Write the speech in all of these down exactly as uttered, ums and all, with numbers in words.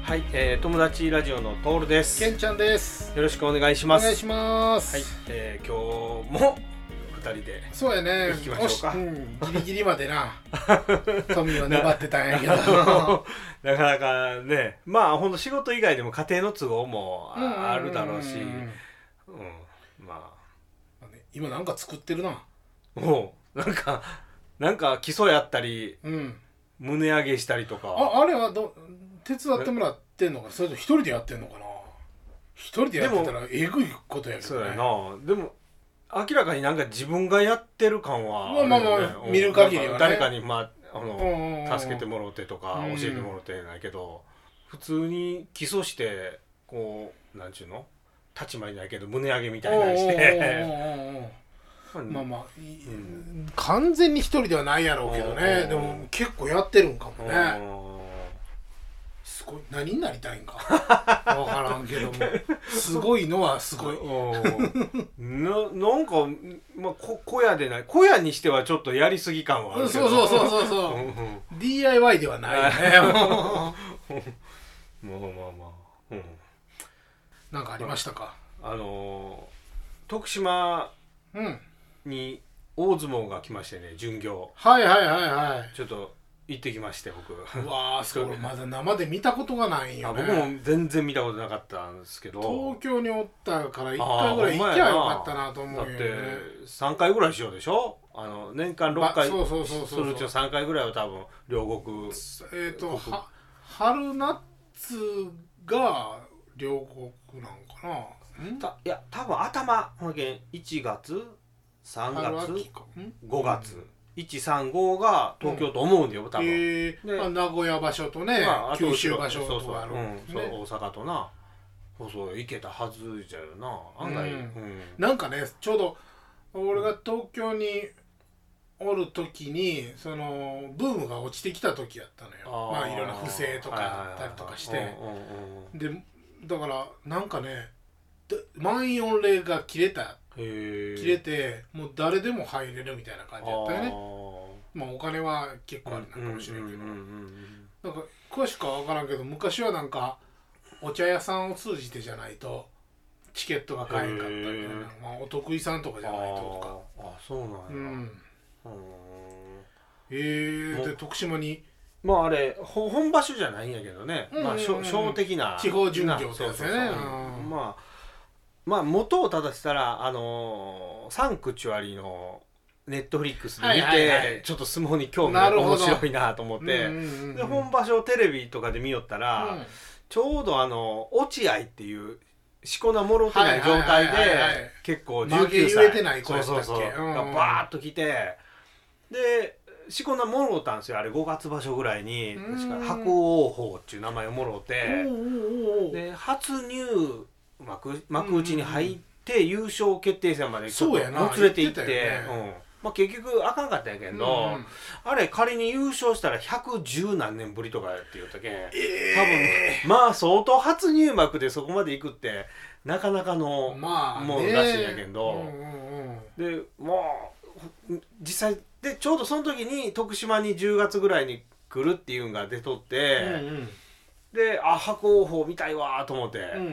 はい、えー、友達ラジオのトールです。 けんちゃんです。 よろしくお願いします。 お願いします。 はい、えー、今日もふたりでそうやね。 行きましょうか。 うん、ギリギリまでなトミーは粘ってたんやけどなかなかね、まあほんと仕事以外でも家庭の都合もあるだろうし、うん、まあ今なんか作ってるな。 もうなんかなんか基礎やったり、 うん、 胸上げしたりとか。 あ、あれはど手伝ってもらってんのか、それと一人でやってんのかな。一人でやってたらえぐいことやけどね。 そうやな。でも明らかになんか自分がやってる感はあるよね。 まあまあまあ見る限りはね。 誰かにまああの助けてもろてとか教えてもろてないけど、普通に基礎してこうなんちゅうの立ち回りないけど胸上げみたいなのしてまあまあ、うん、完全に一人ではないやろうけどね。でも結構やってるんかもね。すごい何になりたいんか分からんけどもすごいのはすごいな, なんか、まあ、こ小屋でない小屋にしてはちょっとやりすぎ感はあるけどそうそうそうそうそうディーアイワイ ではないよねまあまあまあ、うん、なんかありましたか。 あの徳島に大相撲が来ましてね、巡業。 はいはいはいはい。 ちょっと行ってきまして僕。 うわー、それまだ生で見たことがないよね。 あ、僕も全然見たことなかったんですけど、 東京におったからいっかいぐらい行きゃよかったなと思うよね。 だってさんかいぐらいしようでしょ。あの年間ろっかいするうちのさんかいぐらいは多分両国。 えっとは春夏が両国なんかな。 たいや多分頭ほんけいちがつさんがつごがついちさんごが東京と思うんだよ、うん、多分、 えーまあ、名古屋場所とね、まあ、九州場所とかある、ね、 そうそう、うん、大阪とな、そうそう行けたはずじゃよな案外、うんうん、 なんかねちょうど俺が東京におる時にそのブームが落ちてきた時やったのよ。あ、まあいろんな不正とかあったりとかして、でだからなんかね満員御礼が切れた切れてもう誰でも入れるみたいな感じだったよね。まあお金は結構あるのかもしれんけど、なんか詳しくは分からんけど昔はなんかお茶屋さんを通じてじゃないとチケットが買えんかったみたいな、まあお得意さんとかじゃないととか。 ああそうなんや、うん、 えー、で徳島にまああれ本場所じゃないんやけどね、うんうんうん、まあ小的な地方巡業ってやつよね。 まあまあ元を正したらあのー、サンクチュアリのネットフリックスで見て、はいはいはい、ちょっと相撲に興味が面白いなと思って、うんうんうんうん、で本場所をテレビとかで見よったら、うん、ちょうどあの落合っていうしこ名もろてない状態で結構じゅうきゅうさいそうそうそう、うんうん、がバーッと来てでしこ名もろたんですよ。あれごがつ場所ぐらいに確か伯桜鵬っていう名前をもろて、で初入幕, 幕内に入って優勝決定戦までちょっともつれていって、ねうんまあ、結局あかんかったんやけど、うんうん、あれ仮に優勝したらひゃくじゅうなんねんぶりとかって言ったけん、えー、多分まあ相当初入幕でそこまで行くってなかなかのものらしいんやけど、うんうんうん、でもう実際でちょうどその時に徳島にじゅうがつぐらいに来るっていうのが出とって、うんうんで、あ、伯桜鵬見たいわと思って、うんうんうん、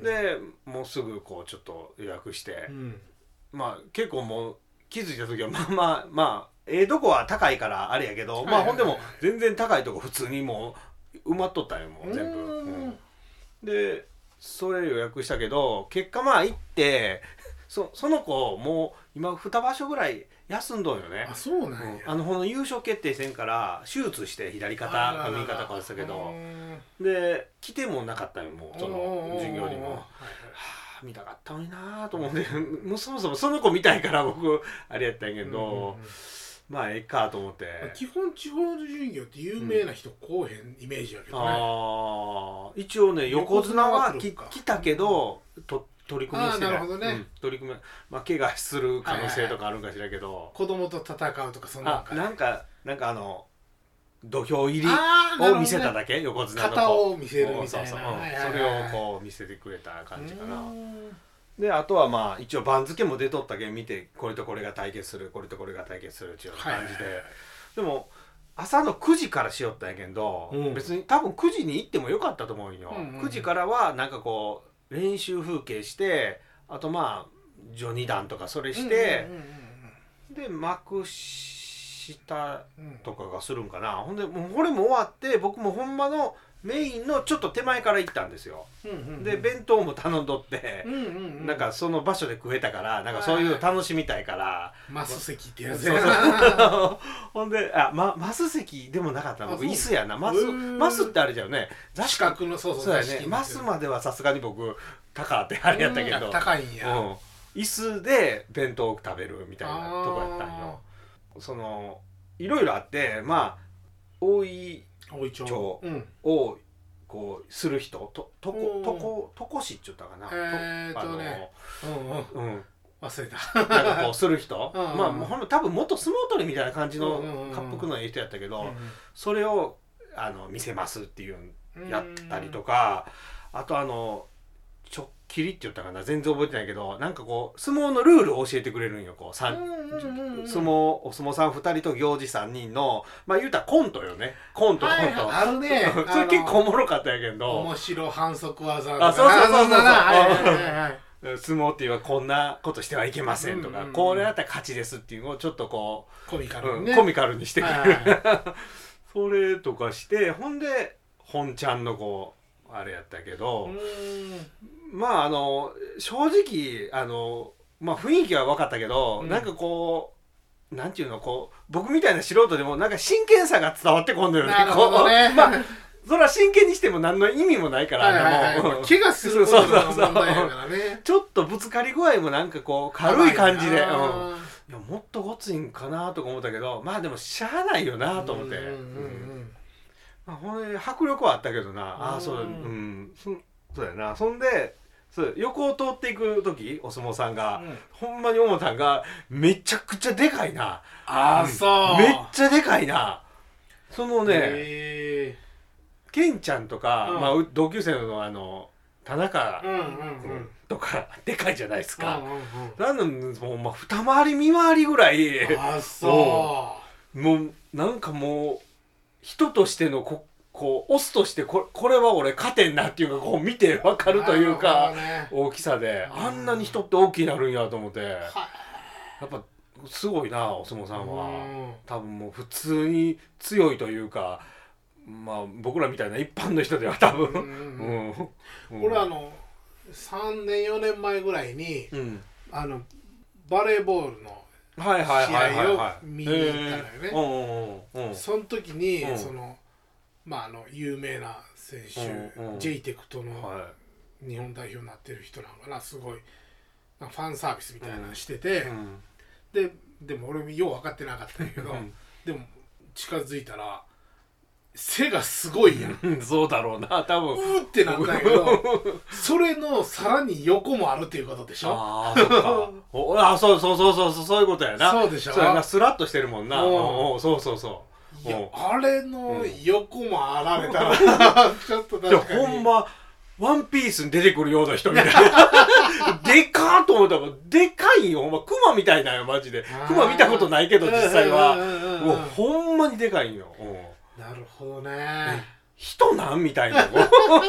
でもうすぐこうちょっと予約して、うん、まあ結構もう気づいた時はまあまあまあええとこは高いからあれやけど、はいはいはい、まあほんでも全然高いとこ普通にもう埋まっとったんよもう全部、うん、でそれ予約したけど結果まあ行ってそ, その子もう今に場所ぐらい休んどんよね。 あ、そうなんや、 うん、あのこの優勝決定戦から手術して左肩か右肩かわってたけどで来てもなかったよもうその授業にも、はあ、見たかったのになと思ってもうそもそもその子見たいから僕あれやったんやけど、うんうんうん、まあええかと思って。 基本地方巡業って有名な人こうへんイメージやけどね、うん、 あ一応ね横綱は来たけどと取り組みしてない。あ、なるほどね、うん、取り組み、まあ怪我する可能性とかあるんかしらけど、はいはいはい、 子供と戦うとかそんなあなんかなんかあの土俵入りを見せただけ、ね、横綱の型を見せるみたいな、 そうそうそう、はいはいはい、それをこう見せてくれた感じかな。であとはまあ一応番付も出とったけん見てこれとこれが対決するこれとこれが対決するっていう感じで、はいはいはい、でも朝のくじからしよったんやけど、うん、別に多分くじに行ってもよかったと思うよ、うんうん、くじからはなんかこう練習風景してあとまあ序二段とかそれして、うんうんうんうん、で幕下とかがするんかな、ほんでもうこれも終わって僕もほんまのメインのちょっと手前から行ったんですよ、うんうんうん、で弁当も頼んどって、うんうんうん、なんかその場所で食えたからなんかそういうの楽しみたいからマス席ってやつやなほんであ、ま、マス席でもなかったの僕椅子やなマス、マスってあれじゃんね四角のそうそうそうやねマスまではさすがに僕高ってあれやったけど高いんや、うん、 椅子で弁当を食べるみたいなとこやったんよ。そのいろいろあってまあ大井町をこうする人ととことことこしっちゅったかな、 えーっとねうんうん、うん、忘れたなんかこうする人うん、うん、まあもうほんと多分元相撲取りみたいな感じの恰幅のいい人やったけど、うんうん、それをあの見せますっていうやったりとか、あとあのちょっきりって言ったかな全然覚えてないけどなんかこう相撲のルールを教えてくれるんよこう相撲お相撲さんふたりと行司さんにんのまあ言うたらコントよねコントコント、はいはい、 あるねそれ結構おもろかったんやけど面白反則技とかあそうそうそうそうそう相撲っていうのはこんなことしてはいけませんとか、うんうんうん、これだったら勝ちですっていうのをちょっとこうコミカルにね、 うん、コミカルにしてくれる、はいはい、それとかしてほんで本ちゃんのこうあれやったけどうーんまああの正直あのまあ雰囲気は分かったけど、うん、なんかこうなんていうのこう僕みたいな素人でもなんか真剣さが伝わってこんのよね。 なるほどね。 まあそれは真剣にしても何の意味もないから、はいはいはい、 もう怪我することの問題やからね。 ちょっとぶつかり具合もなんかこう軽い感じで、うん、いやもっとごついんかなとか思ったけどまあでもしゃあないよなと思って。うんうんうんうんまあ、ほんで迫力はあったけどなああそうだうんそそうやなそんでそう横を通っていく時お相撲さんが、うん、ほんまに思ったんがめちゃくちゃでかいなあ、うん、そうめっちゃでかいなそのねケンちゃんとか、うんまあ、同級生のあの田中、うんうんうん、とかでかいじゃないですか、うんうんうん、なんのもう、まあ、二回り三回りぐらいあそうもうなんかもう人としてのここうオスとしてこ これは俺勝てんなっていうのがこう見て分かるというか、ね、大きさであんなに人って大きいなるんやと思ってやっぱすごいなお相撲さんは多分もう普通に強いというかまあ僕らみたいな一般の人では多分うん、 うん、俺あのさんねんよねんまえぐらいに、うん、あのバレーボールの試合を見に行ったのよね。その時に、うん、そのまああの有名な選手、うんうん、ジェイテクトの日本代表になってる人なのかなすごいファンサービスみたいなのしてて、うん、ででも俺もよう分かってなかったんやけど、うん、でも近づいたら背がすごいやんそうだろうな多分うーってなったんやけどそれのさらに横もあるっていうことでしょああそっかおあそうそうそうそうそういうことやなそうでしょそうやなスラッとしてるもんなおおそうそうそういやあれの横もあられたら、うん、ちょっと確かにほんまワンピースに出てくるような人みたいなでかーと思ったらでかいよほんまクマみたいなよマジでクマ見たことないけど実際はもうほんまにでかいよなるほどね人なんみたいな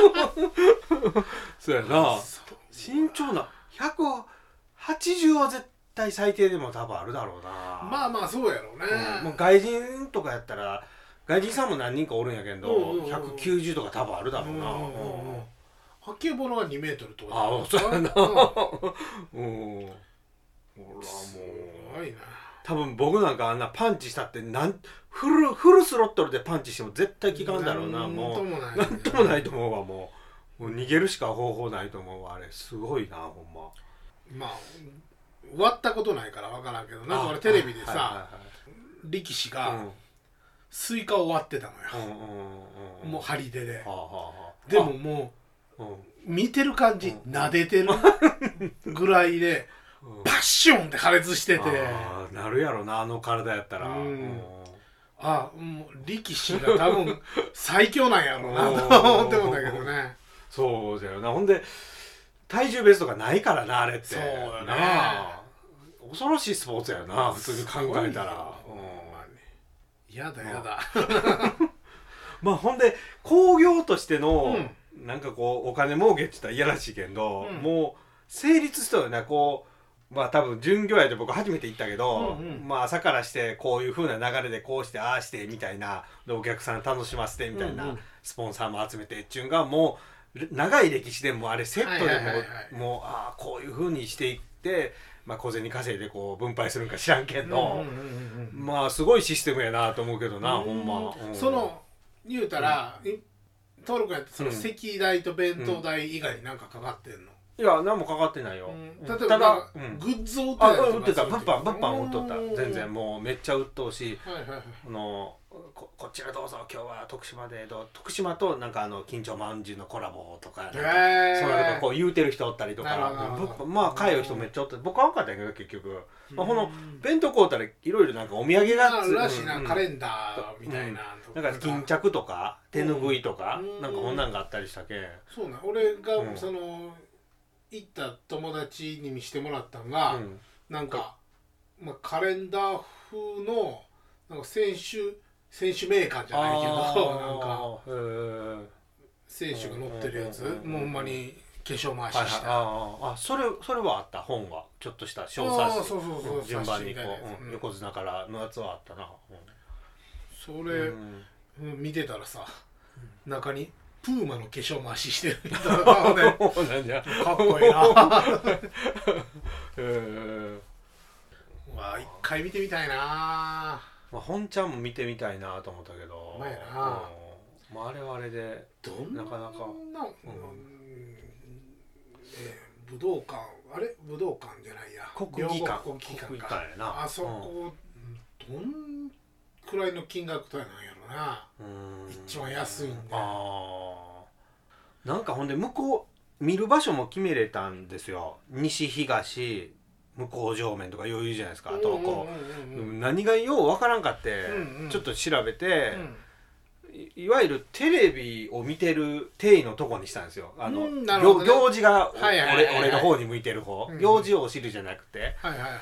そうやな身長なひゃくはちじゅうは絶対最低でも多分あるだろうなまあまあそうやろうね、 うん、もう外人とかやったら外人さんも何人かおるんやけど、うんうんうん、ひゃくきゅうじゅうとか多分あるだろうなハケボノはにメートルとかああそうやなうんほらもうすごいな多分僕なんかあんなパンチしたってなんフルフルスロットルでパンチしても絶対効かんだろうなもうなんともない、 なんともないと思うわもう、もう逃げるしか方法ないと思うわあれすごいなほんままあ割ったことないから分からんけどなんか俺テレビでさ、はいはいはい、力士が、うん、スイカを割ってたのよ、うんうんうん、もう張り手で、はあはあ、でももう、うん、見てる感じ、うん、撫でてるぐらいでパッションで破裂しててあなるやろなあの体やったら、うんうん、 あもう力士が多分最強なんやろうなと思ってもんだけどねそうだよなほんで体重別とかないからなあれってそうだね恐ろしいスポーツやな普通に考えたら、 やだやだまあほんで興行としての、うん、なんかこうお金儲けって言ったらいやらしいけど、うん、もう成立したよね。こうまあ多分巡業やで僕初めて行ったけど、うんうん、まあ朝からしてこういう風な流れでこうしてああしてみたいなでお客さん楽しませてみたいな、うんうん、スポンサーも集めてっちゅうんがもう長い歴史でもあれセットでも、はいはいはいはい、もうああこういう風にしていってまあ小銭稼いでこう分配するんか知らんけど、まあすごいシステムやなと思うけどな、ほんま、 うん、その言うたら、うん、登録やってその席代と弁当代以外に何かかかってんの？ いや何もかかってないよ、 うん、例えばただ、うん、グッズを売ってたりとか売ってた物販物販売っとった全然もうめっちゃ売っとうし、はいはいはい、あの こ, こちらどうぞ今日は徳島でど徳島となんかあの金町まんじゅうのコラボとかなんかそういうのこう言うてる人おったりとかまあ買う人めっちゃおって僕は分かったんやけど結局、まあ、この弁当買うたらいろいろなんかお土産がらしいな、うん、カレンダーみたいな、 うん、なんか巾着とか手ぬぐいとか、うん、なんかこんなんがあったりしたけそうな俺が、うん、その行った友達に見してもらったのが、うん、なんか、まあ、カレンダー風のなんか選手選手名鑑じゃないけどなんか選手が載ってるやつもうほんまに化粧回しした、 はいはい、ああそれそれはあった本がちょっとした小冊子順番にこう、うん、横綱からのやつはあったな、うん、 それ、うん、見てたらさ中にプーマの化粧回ししてるみたいな顔でかっこいいなうわ一回見てみたいな、 まあ、本ちゃんも見てみたいなと思ったけどまあやな、 うんまあ、あれはあれでどんななかなか、うんえー、武道館あれ武道館じゃないや国技館国技館かやなあそこ、うん、どんくらいの金額帯なんやろなうん一番安いんであなんかほんで向こう見る場所も決めれたんですよ西東向こう上面とか余裕じゃないですかあとこう何がようわからんかって、うんうん、ちょっと調べて、うん、い, いわゆるテレビを見てる定位のとこにしたんですよあの、うんね、行事が、はいはいはいはい、俺, 俺の方に向いてる方、うん、行事をお尻じゃなくて、はいはいはい、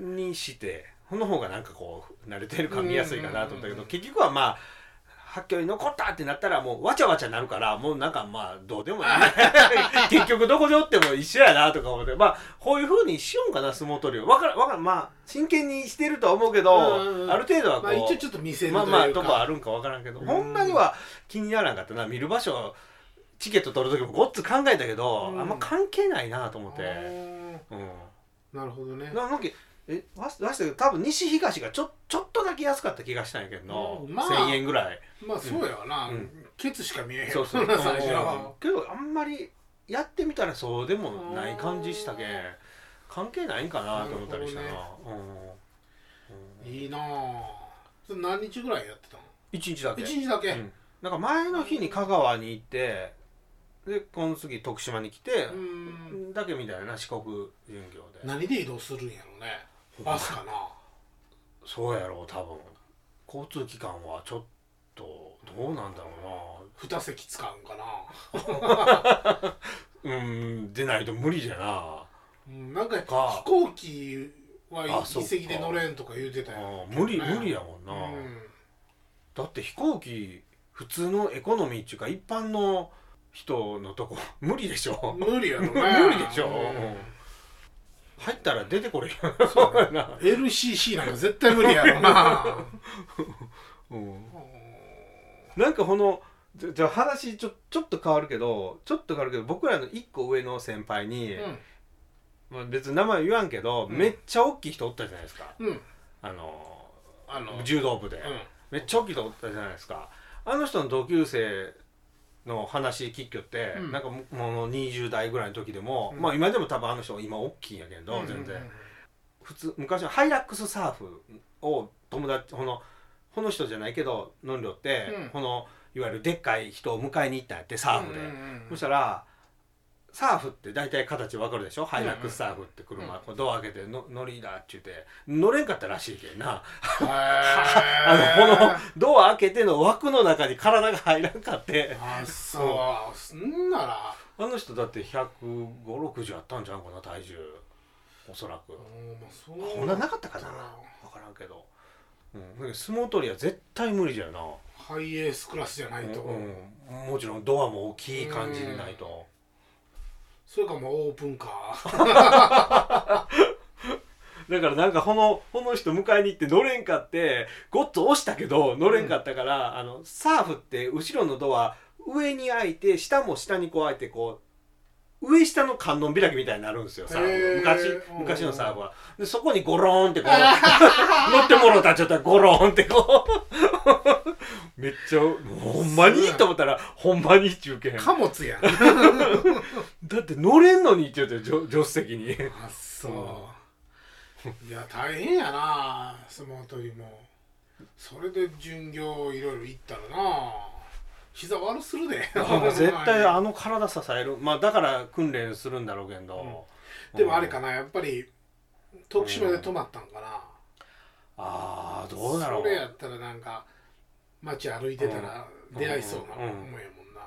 にしてこの方がなんかこう慣れてるか見やすいかなと思ったけど結局はまあ発狂に残ったってなったらもうわちゃわちゃなるからもうなんかまあどうでもいい結局どこでおっても一緒やなとか思ってまあこういう風にしようかな相撲取りをわからんわからんまあ真剣にしてるとは思うけど、うんうん、ある程度はこう、まあ、 一応ちょっと見せるというかまあまあとこあるんかわからんけど、うん、ほんまには気にならんかったな見る場所チケット取る時もごっつ考えたけど、うん、あんま関係ないなと思って、 うん、なるほどねなんかえわしわし多分西東がちょちょっとだけ安かった気がしたんやけど、うんまあ、せんえんぐらいまあそうやわな、うん、ケツしか見えへんそうそう最初はけどあんまりやってみたらそうでもない感じしたけん関係ないんかなと思ったりしたな、ねうんうん、いいなぁそれ何日ぐらいやってたのいちにちだけいちにちだけ、うん、 なんか前の日に香川に行ってでこの次徳島に来てうんだけみたいな四国巡業で何で移動するんやろねバスかなそうやろう多分交通機関はちょっとどうなんだろうなに席使うんかなうん出ないと無理じゃな、 うん、なんか飛行機はいち席で乗れんとか言うてたよ、 ね、無理無理やもんな、うん、だって飛行機普通のエコノミーっていうか一般の人のとこ無理でしょ無理やろね無理でしょ、うん入ったら出てこれよな エルシーシー なんか絶対無理やろな、 うん、なんかこのじゃあ話ちょ、ちょっと変わるけどちょっと変わるけど僕らのいっこ上の先輩に、うんまあ、別に名前言わんけど、うん、めっちゃ大きい人おったじゃないですか、うん、あのあの柔道部で、うん、めっちゃ大きい人おったじゃないですかあの人の同級生の話聞きよって、うん、なんかもうにじゅう代ぐらいの時でも、うん、まあ今でも多分あの人今大きいんやけど、うん、全然普通昔のハイラックスサーフを友達このこの人じゃないけど飲んでおって、うん、このいわゆるでっかい人を迎えに行ったんやってサーフで、うんうんうん、そしたらサーフって大体形わかるでしょ、うんうん、ハイラックスサーフって車、うん、こうドア開けての乗りだって言って乗れんかったらしいけんなあのこのドア開けての枠の中に体が入らんかってあそうそんならあの人だってひゃくごじゅうろくじゅうあったんじゃんかな体重おそらく、まあ、そうこんななかったかな分からんけどうん、相撲取りは絶対無理じゃな。 ハイエースクラスじゃないと、 うんうん、もちろんドアも大きい感じでないと。 それかもうオープンカーだからなんかこのこの人迎えに行って乗れんかってゴッと押したけど乗れんかったから、うん、あのサーフって後ろのドア上に開いて下も下にこう開いてこう上下の観音開きみたいになるんですよサーフ。昔昔のサーフはでそこにゴローンってこう乗ってもろたちょっとゴローンってこうめっちゃほんまにと思ったらほんまに中堅貨物やだって乗れんのにって言うて助手席に。 あそういや大変やな相撲取りも。それで巡業いろいろ行ったらな膝悪するで絶対あの体支える。まあだから訓練するんだろうけど、 うん、でもあれかなやっぱり徳島で泊まったんかな、うん、 ああどうだろう。 それやったらなんか街歩いてたら出会いそうなもんやもんな、うんうん、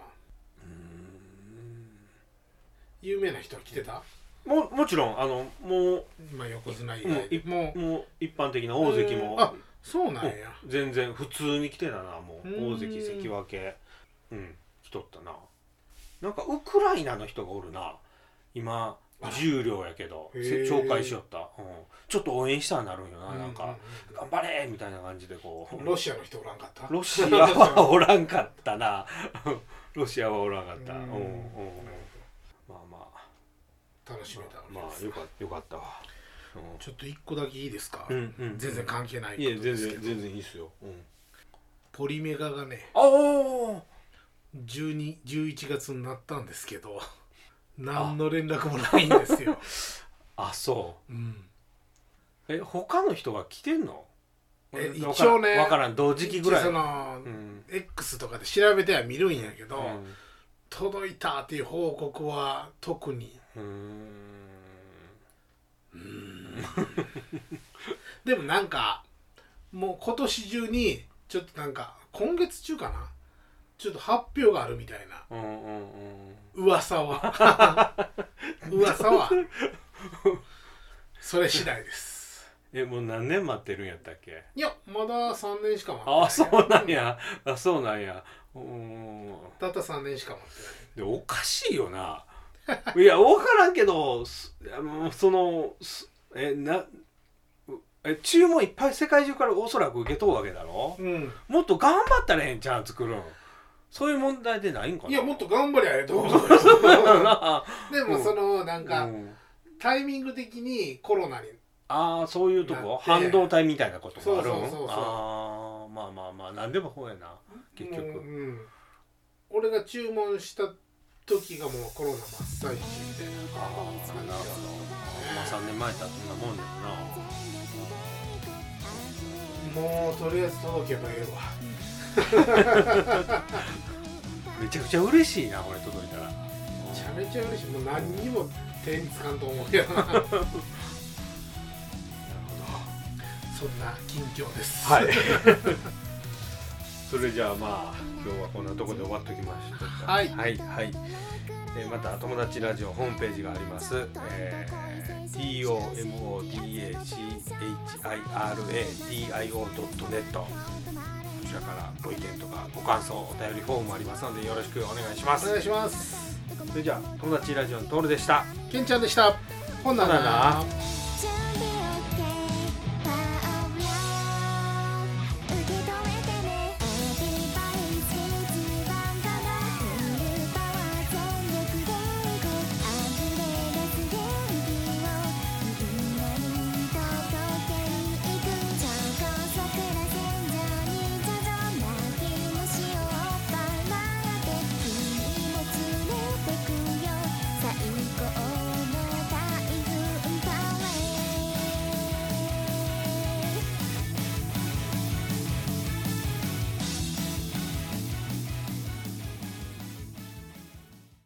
有名な人は来てた？ ももちろんあのもう今横綱以外でもうもう一般的な大関も、 あそうなんや、 全然普通に来てたな。もう大関関脇うん来とったな。なんかウクライナの人がおるな今重量やけど紹介しよった、うん、ちょっと応援したらなるんよな、うん、なんか、うん、頑張れみたいな感じでこう。 ロシアの人おらんかった？ ロシアはおらんかったなロシアはおらんかった。うんうん、うん、まあまあ楽しめた。 まあよかよかったわ、 うん、ちょっと一個だけいいですか、 うんうん、 全然関係ないことですけど。いや全然全然いいっすよ、うん、 ポリメガがねあじゅうに、じゅういちがつになったんですけど何の連絡もないんですよ。 あそう、 うん、 え他の人が来てんの？ え一応ね分からん同時期ぐらいその、うん、X とかで調べては見るんやけど、うん、届いたっていう報告は特にうーんうーんでもなんかもう今年中にちょっとなんか今月中かなちょっと発表があるみたいな、うんうんうん、噂は噂はそれ次第です。 えもう何年待ってるんやったっけ？ いやまださんねんしか待ってない。 あそうなんや、あそうなんや、うん、 たったさんねんしか待ってない。でおかしいよな。いや分からんけどあのそのえなえ注文いっぱい世界中からおそらく受け取るわけだろ、うん、もっと頑張ったらええんちゃん作るん。そういう問題でないんかな。 いやもっと頑張りゃええと思うでもそのなんか、うん、タイミング的にコロナにああそういうとこ半導体みたいなこともあるん。そうそうそうそう。ああまあまあまあ何でもそうやな結局、うんうん、 俺が注文した時がもうコロナ真っ最中みたいな。ああなるほど、まあさんねんまえだったそんなもんだよな。もうとりあえず届けばええわめちゃくちゃ嬉しいなこれ届いたら。めちゃめちゃ嬉しい。もう何にも手につかんと思うけどななるほどそんな近況です。 はいそれじゃあまあ今日はこんなところで終わっておきましょうか。 はいはいはい、えー、また友達ラジオホームページがあります、えー、ティーオーエムオーティーエーシーエイチアイアールエーディーアイオードットネット こちらからご意見とかご感想お便りフォームもありますのでよろしくお願いします。 お願いします。 それじゃあ友達ラジオのトールでした。 けんちゃんでした。ほんならな。